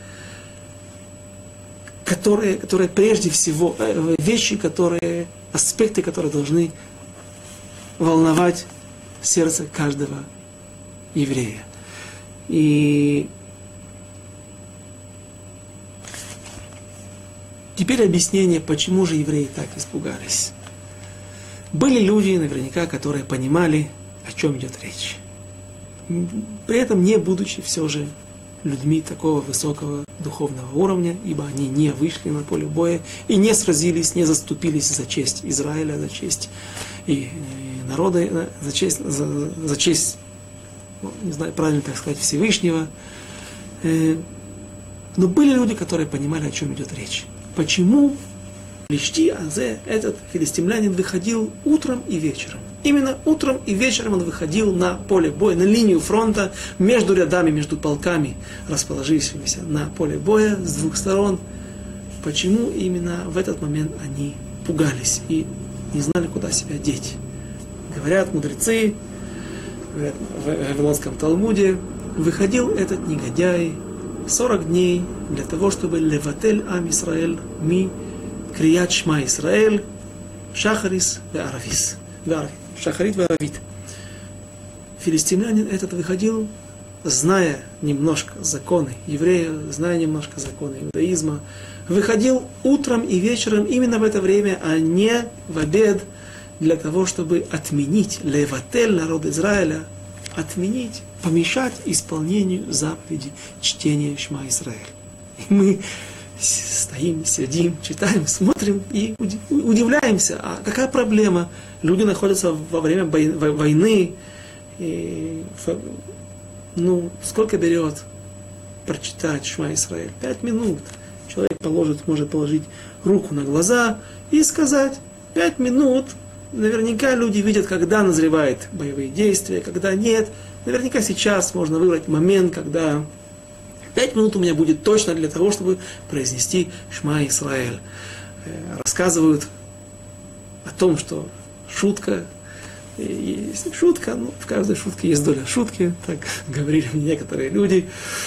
S1: которые, которые прежде всего, э, вещи, которые, аспекты, которые должны волновать сердце каждого еврея. И теперь объяснение, почему же евреи так испугались. Были люди, наверняка, которые понимали, о чем идет речь. При этом не будучи все же людьми такого высокого духовного уровня, ибо они не вышли на поле боя и не сразились, не заступились за честь Израиля, за честь и, и народа, за честь, за, за честь, ну, не знаю, правильно так сказать, Всевышнего. Но были люди, которые понимали, о чем идет речь. Почему Лишти Азе, этот филистимлянин, выходил утром и вечером? Именно утром и вечером он выходил на поле боя, на линию фронта, между рядами, между полками, расположившимися на поле боя с двух сторон. Почему именно в этот момент они пугались и не знали, куда себя деть? Говорят мудрецы, говорят, в Вавилонском Талмуде, выходил этот негодяй сорок дней для того, чтобы леватель ам Исраэль ми крият шма Исраэль шахарис ве аравис. Шахарит ве аравит. Филистимлянин этот выходил, зная немножко законы еврея, зная немножко законы иудаизма, выходил утром и вечером именно в это время, а не в обед, для того, чтобы отменить леватель народ Израиля, отменить, помешать исполнению заповеди чтения Шма Исраэль. И мы стоим, сидим, читаем, смотрим и удивляемся. А какая проблема? Люди находятся во время войны. И, ну, сколько берет прочитать Шма Исраэль? Пять минут. Человек положит, может положить руку на глаза и сказать пять минут. Наверняка люди видят, когда назревают боевые действия, когда нет. Наверняка сейчас можно выбрать момент, когда пять минут у меня будет точно для того, чтобы произнести Шма Исраэль. Рассказывают о том, что шутка, есть шутка, ну, в каждой шутке есть доля шутки, так говорили некоторые люди,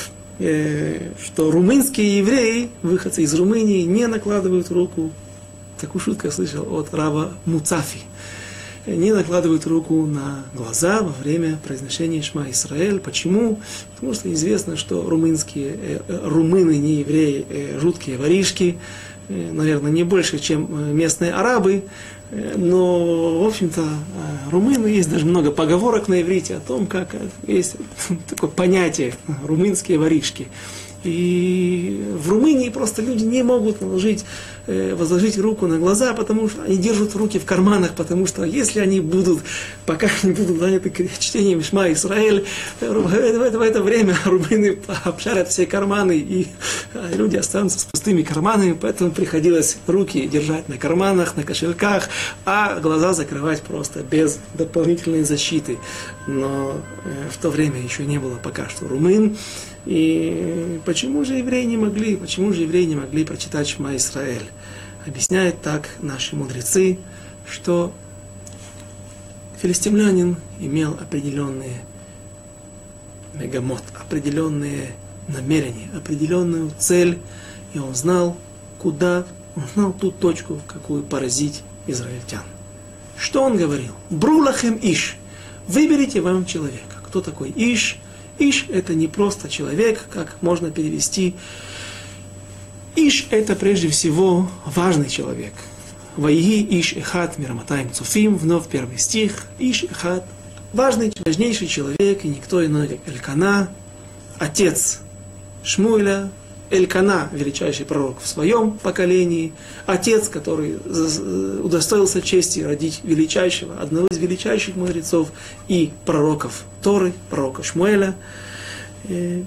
S1: что румынские евреи, выходцы из Румынии, не накладывают руку. Такую шутку я слышал от Рава Муцафи. Не накладывают руку на глаза во время произношения Шма Исраэль. Почему? Потому что известно, что румынские, э, румыны, не евреи, э, жуткие воришки, э, наверное, не больше, чем местные арабы. Э, но, в общем-то, э, румыны, есть даже много поговорок на иврите о том, как есть такое понятие румынские воришки. И в Румынии просто люди не могут наложить, э, возложить руку на глаза, потому что они держат руки в карманах, потому что если они будут, пока они будут заняты чтением Шма Исраэль, в это, в это время румыны обшарят все карманы, и люди останутся с пустыми карманами, поэтому приходилось руки держать на карманах, на кошельках, а глаза закрывать просто без дополнительной защиты. Но э, в то время еще не было пока что румын. И почему же евреи не могли, почему же евреи не могли прочитать Шма Исраэль? Объясняют так наши мудрецы, что филистимлянин имел определенные мегамот, определенные намерения, определенную цель, и он знал, куда, он знал ту точку, в какую поразить израильтян. Что он говорил? Брулахем иш, выберите вам человека. Кто такой иш? Иш – это не просто человек, как можно перевести. Иш – это прежде всего важный человек. Ваиги иш эхат мираматаим цуфим, вновь первый стих. Иш эхат – важный, важнейший человек, и никто иной, как Элькана, отец Шмуэля. Элькана – величайший пророк в своем поколении, отец, который удостоился чести родить величайшего, одного из величайших мудрецов и пророков Торы, пророка Шмуэля. Мы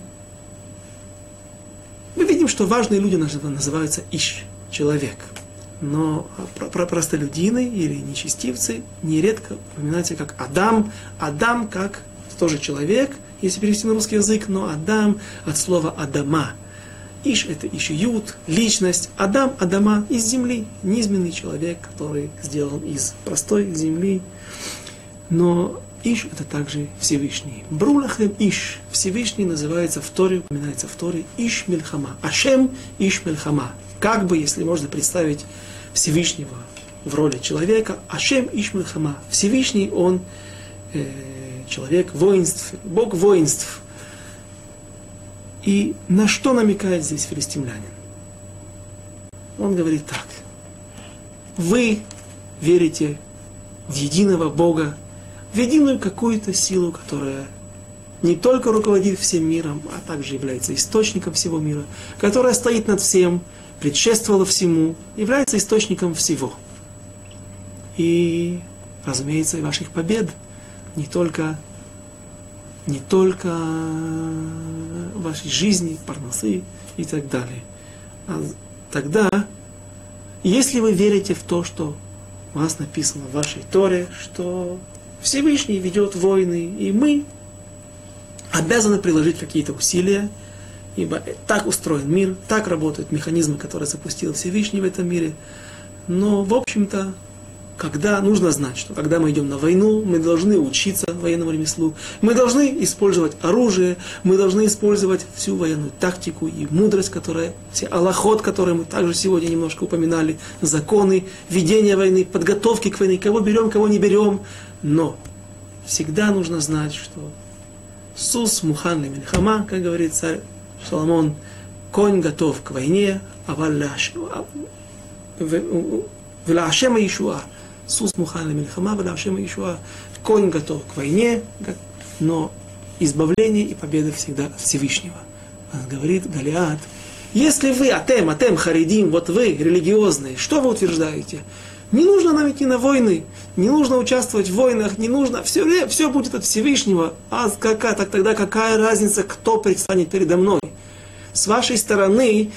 S1: видим, что важные люди называются Иш, человек. Но простолюдины или нечестивцы нередко упоминаются как Адам. Адам как тоже человек, если перевести на русский язык, но Адам от слова Адама. Иш – это ишиют, личность. Адам – Адама из земли. Низменный человек, который сделан из простой земли. Но Иш – это также Всевышний. Брулахем Иш. Всевышний называется в Торе, упоминается в Торе Иш Мельхама. Ашем Иш Мельхама. Как бы, если можно представить Всевышнего в роли человека, Ашем Иш Мельхама. Всевышний, он э, человек воинств, Бог воинств. И на что намекает здесь филистимлянин? Он говорит так. Вы верите в единого Бога, в единую какую-то силу, которая не только руководит всем миром, а также является источником всего мира, которая стоит над всем, предшествовала всему, является источником всего. И, разумеется, и ваших побед не только, не только вашей жизни, парносы и так далее. А тогда, если вы верите в то, что у вас написано в вашей Торе, что Всевышний ведет войны, и мы обязаны приложить какие-то усилия, ибо так устроен мир, так работают механизмы, которые запустил Всевышний в этом мире. Но, в общем-то, когда нужно знать, что когда мы идем на войну, мы должны учиться военному ремеслу, мы должны использовать оружие, мы должны использовать всю военную тактику и мудрость, которая, все алахот, которые мы также сегодня немножко упоминали, законы, ведения войны, подготовки к войне, кого берем, кого не берем. Но всегда нужно знать, что Сус мухан ле мильхама, как говорит царь Соломон, конь готов к войне, а вляшема Иешуа. Сус мухан ле мильхама, вляшема Иешуа. Конь готов к войне, но избавление и победа всегда от Всевышнего. Он говорит, Голиат, если вы, атем, атем, харидим, вот вы, религиозные, что вы утверждаете? Не нужно нам идти на войны, не нужно участвовать в войнах, не нужно, все, все будет от Всевышнего. А какая, так тогда какая разница, кто предстанет передо мной? С вашей стороны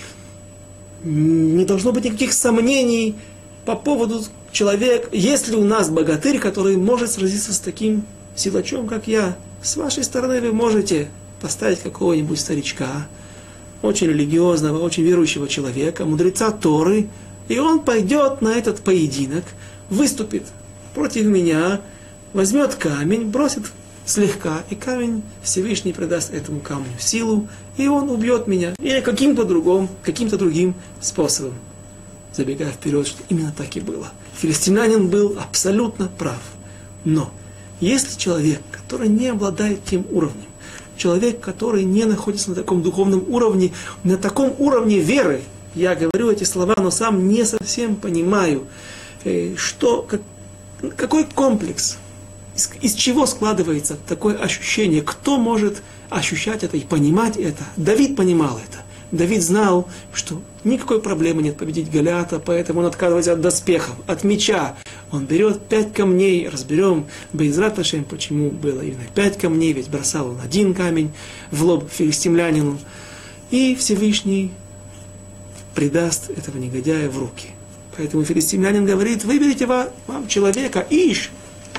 S1: не должно быть никаких сомнений по поводу человека. Если у нас богатырь, который может сразиться с таким силачом, как я, с вашей стороны вы можете поставить какого-нибудь старичка, очень религиозного, очень верующего человека, мудреца Торы, и он пойдет на этот поединок, выступит против меня, возьмет камень, бросит слегка, и камень Всевышний придаст этому камню силу, и он убьет меня. Или каким-то другим, каким-то другим способом. Забегая вперед, что именно так и было. Филистимлянин был абсолютно прав. Но если человек, который не обладает тем уровнем, человек, который не находится на таком духовном уровне, на таком уровне веры, я говорю эти слова, но сам не совсем понимаю, что, как, какой комплекс, из, из чего складывается такое ощущение, кто может ощущать это и понимать это. Давид понимал это. Давид знал, что никакой проблемы нет победить Голиата, поэтому он отказывается от доспехов, от меча. Он берет пять камней, разберем Бейзрат Ашем, почему было именно пять камней, ведь бросал он один камень в лоб филистимлянину. И Всевышний предаст этого негодяя в руки. Поэтому филистимлянин говорит, выберите вам человека, иш.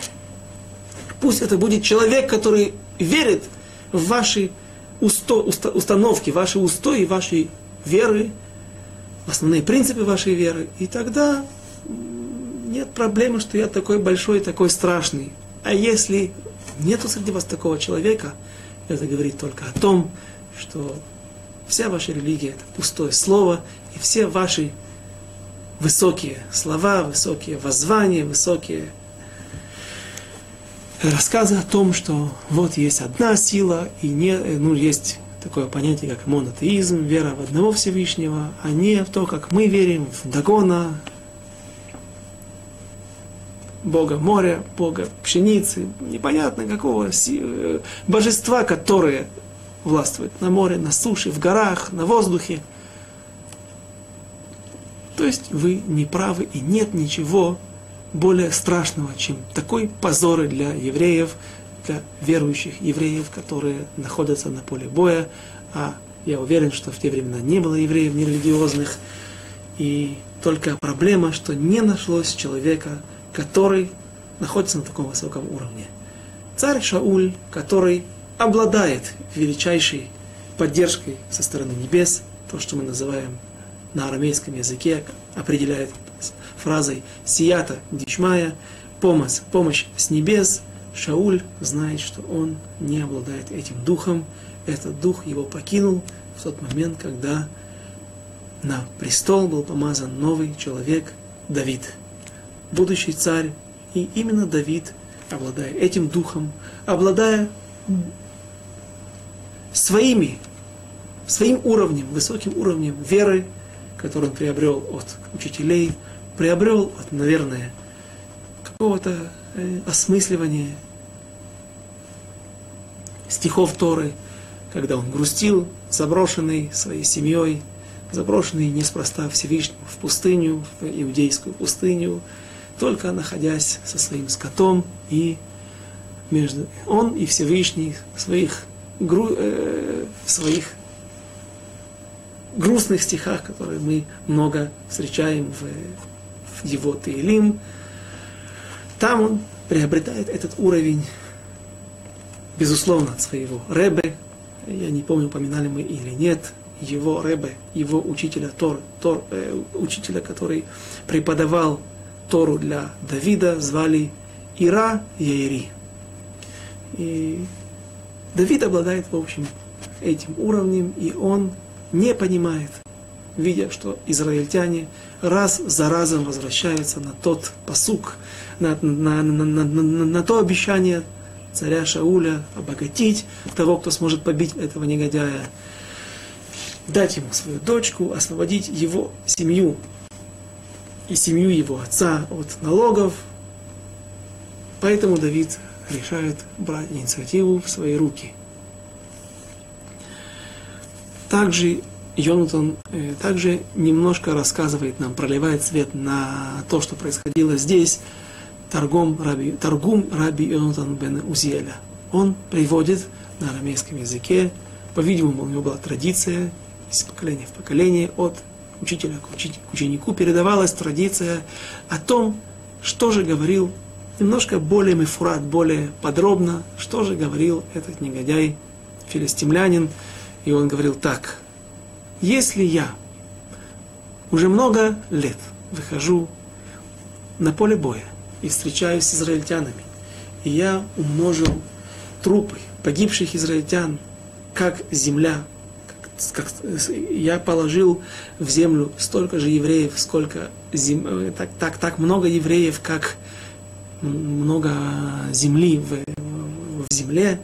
S1: Пусть это будет человек, который верит в ваши усто, уста, установки, ваши устои, вашей веры, в основные принципы вашей веры. И тогда нет проблемы, что я такой большой, такой страшный. А если нету среди вас такого человека, это говорит только о том, что вся ваша религия – это пустое слово, и все ваши высокие слова, высокие воззвания, высокие рассказы о том, что вот есть одна сила, и не, ну, есть такое понятие, как монотеизм, вера в одного Всевышнего, а не в то, как мы верим в Дагона, Бога моря, Бога пшеницы, непонятно какого божества, которое властвует на море, на суше, в горах, на воздухе. То есть вы не правы, и нет ничего более страшного, чем такой позор для евреев, для верующих евреев, которые находятся на поле боя. А я уверен, что в те времена не было евреев нерелигиозных. И только проблема, что не нашлось человека, который находится на таком высоком уровне. Царь Шауль, который обладает величайшей поддержкой со стороны небес, то, что мы называем на арамейском языке, определяет фразой «сията дишмая», помощь, помощь с небес. Шауль знает, что он не обладает этим духом. Этот дух его покинул в тот момент, когда на престол был помазан новый человек, Давид, будущий царь. И именно Давид обладая этим духом, обладая своими, своим уровнем, высоким уровнем веры, который он приобрел от учителей, приобрел от, наверное, какого-то э, осмысливания стихов Торы, когда он грустил, заброшенный своей семьей, заброшенный неспроста Всевышнему в пустыню, в иудейскую пустыню, только находясь со своим скотом, и между он и Всевышний в своих, гру, э, в своих грустных стихах, которые мы много встречаем в, в его Теилим, там он приобретает этот уровень, безусловно, от своего Ребе. Я не помню, упоминали мы или нет, его Ребе, его учителя Тор, Тор э, учителя, который преподавал Тору для Давида, звали Ира Яири. И Давид обладает, в общем, этим уровнем, и он не понимает, видя, что израильтяне раз за разом возвращаются на тот пасук, на, на, на, на, на, на то обещание царя Шауля обогатить того, кто сможет побить этого негодяя, дать ему свою дочку, освободить его семью и семью его отца от налогов. Поэтому Давид решает брать инициативу в свои руки. Также Йонатан э, также немножко рассказывает нам, проливает свет на то, что происходило здесь, Таргум Раби, Таргум Раби Йонатан бен Узиэля. Он приводит на арамейском языке, по-видимому, у него была традиция из поколения в поколение, от учителя к ученику передавалась традиция о том, что же говорил, немножко более мифурат, более подробно, что же говорил этот негодяй, филистимлянин. И он говорил так: если я уже много лет выхожу на поле боя и встречаюсь с израильтянами, и я умножил трупы погибших израильтян, как земля, как, как, я положил в землю столько же евреев, сколько зем, так, так, так много евреев, как много земли в, в земле,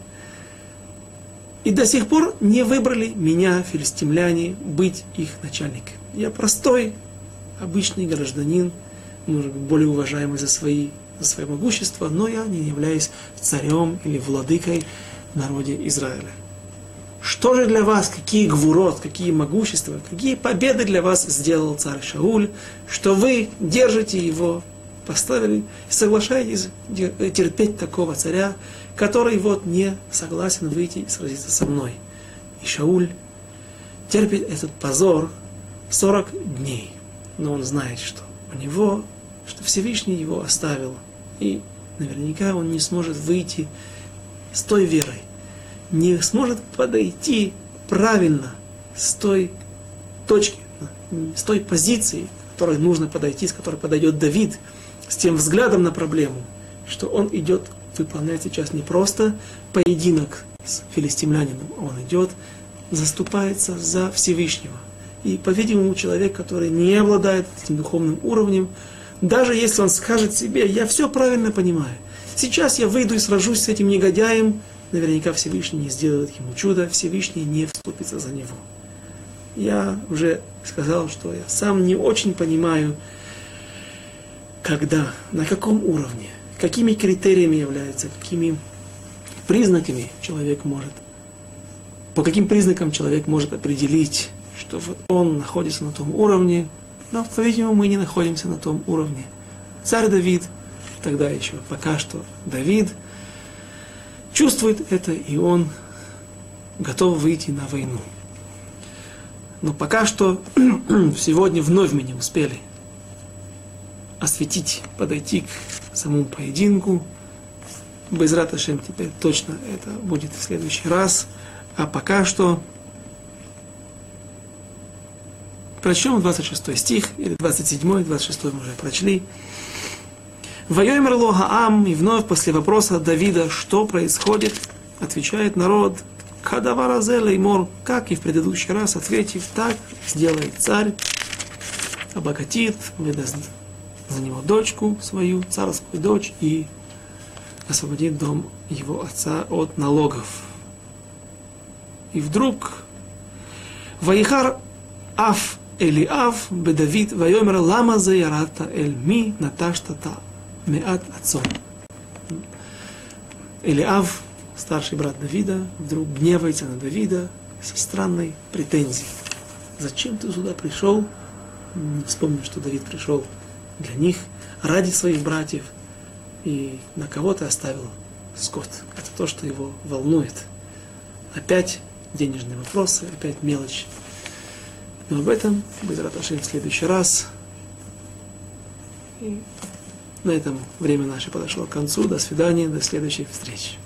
S1: и до сих пор не выбрали меня, филистимляне, быть их начальником. Я простой, обычный гражданин, может быть, более уважаемый за, свои, за свое могущество, но я не являюсь царем или владыкой в народе Израиля. Что же для вас, какие гвурот, какие могущества, какие победы для вас сделал царь Шауль, что вы держите его, поставили, соглашаетесь терпеть такого царя, который вот не согласен выйти и сразиться со мной. И Шауль терпит этот позор сорок дней. Но он знает, что у него, что Всевышний его оставил. И наверняка он не сможет выйти с той верой, не сможет подойти правильно с той точки, с той позиции, к которой нужно подойти, с которой подойдет Давид, с тем взглядом на проблему, что он идет выполнять сейчас не просто поединок с филистимлянином, он идет, заступается за Всевышнего. И, по-видимому, человек, который не обладает этим духовным уровнем, даже если он скажет себе: я все правильно понимаю, сейчас я выйду и сражусь с этим негодяем, наверняка Всевышний не сделает ему чудо, Всевышний не вступится за него. Я уже сказал, что я сам не очень понимаю, когда, на каком уровне, какими критериями являются, какими признаками человек может, по каким признакам человек может определить, что вот он находится на том уровне, но, по-видимому, мы не находимся на том уровне. Царь Давид, тогда еще пока что Давид, чувствует это, и он готов выйти на войну. Но пока что сегодня вновь мы не успели осветить, подойти к самому поединку. Безрат Ашем теперь точно это будет в следующий раз. А пока что прочтем двадцать шестой стих, или двадцать седьмой, двадцать шестой мы уже прочли. «Вайомер ло хаам», и вновь после вопроса Давида, что происходит, отвечает народ: «Кадавар азе леймор», как и в предыдущий раз, ответив: так сделает царь, обогатит, выдаст за него дочку свою, царскую дочь, и освободить дом его отца от налогов. И вдруг Ваихар Аф Элиав Бедавид Вайомер Лама Заярата Эль Ми Наташтата Меат Отцом. Элиав, старший брат Давида, вдруг гневается на Давида со странной претензией. Зачем ты сюда пришел? Не вспомню, что Давид пришел для них, ради своих братьев. И на кого ты оставил скот? Это то, что его волнует. Опять денежные вопросы, опять мелочь. Но об этом Безрат Ашем в следующий раз. И на этом время наше подошло к концу. До свидания, до следующей встречи.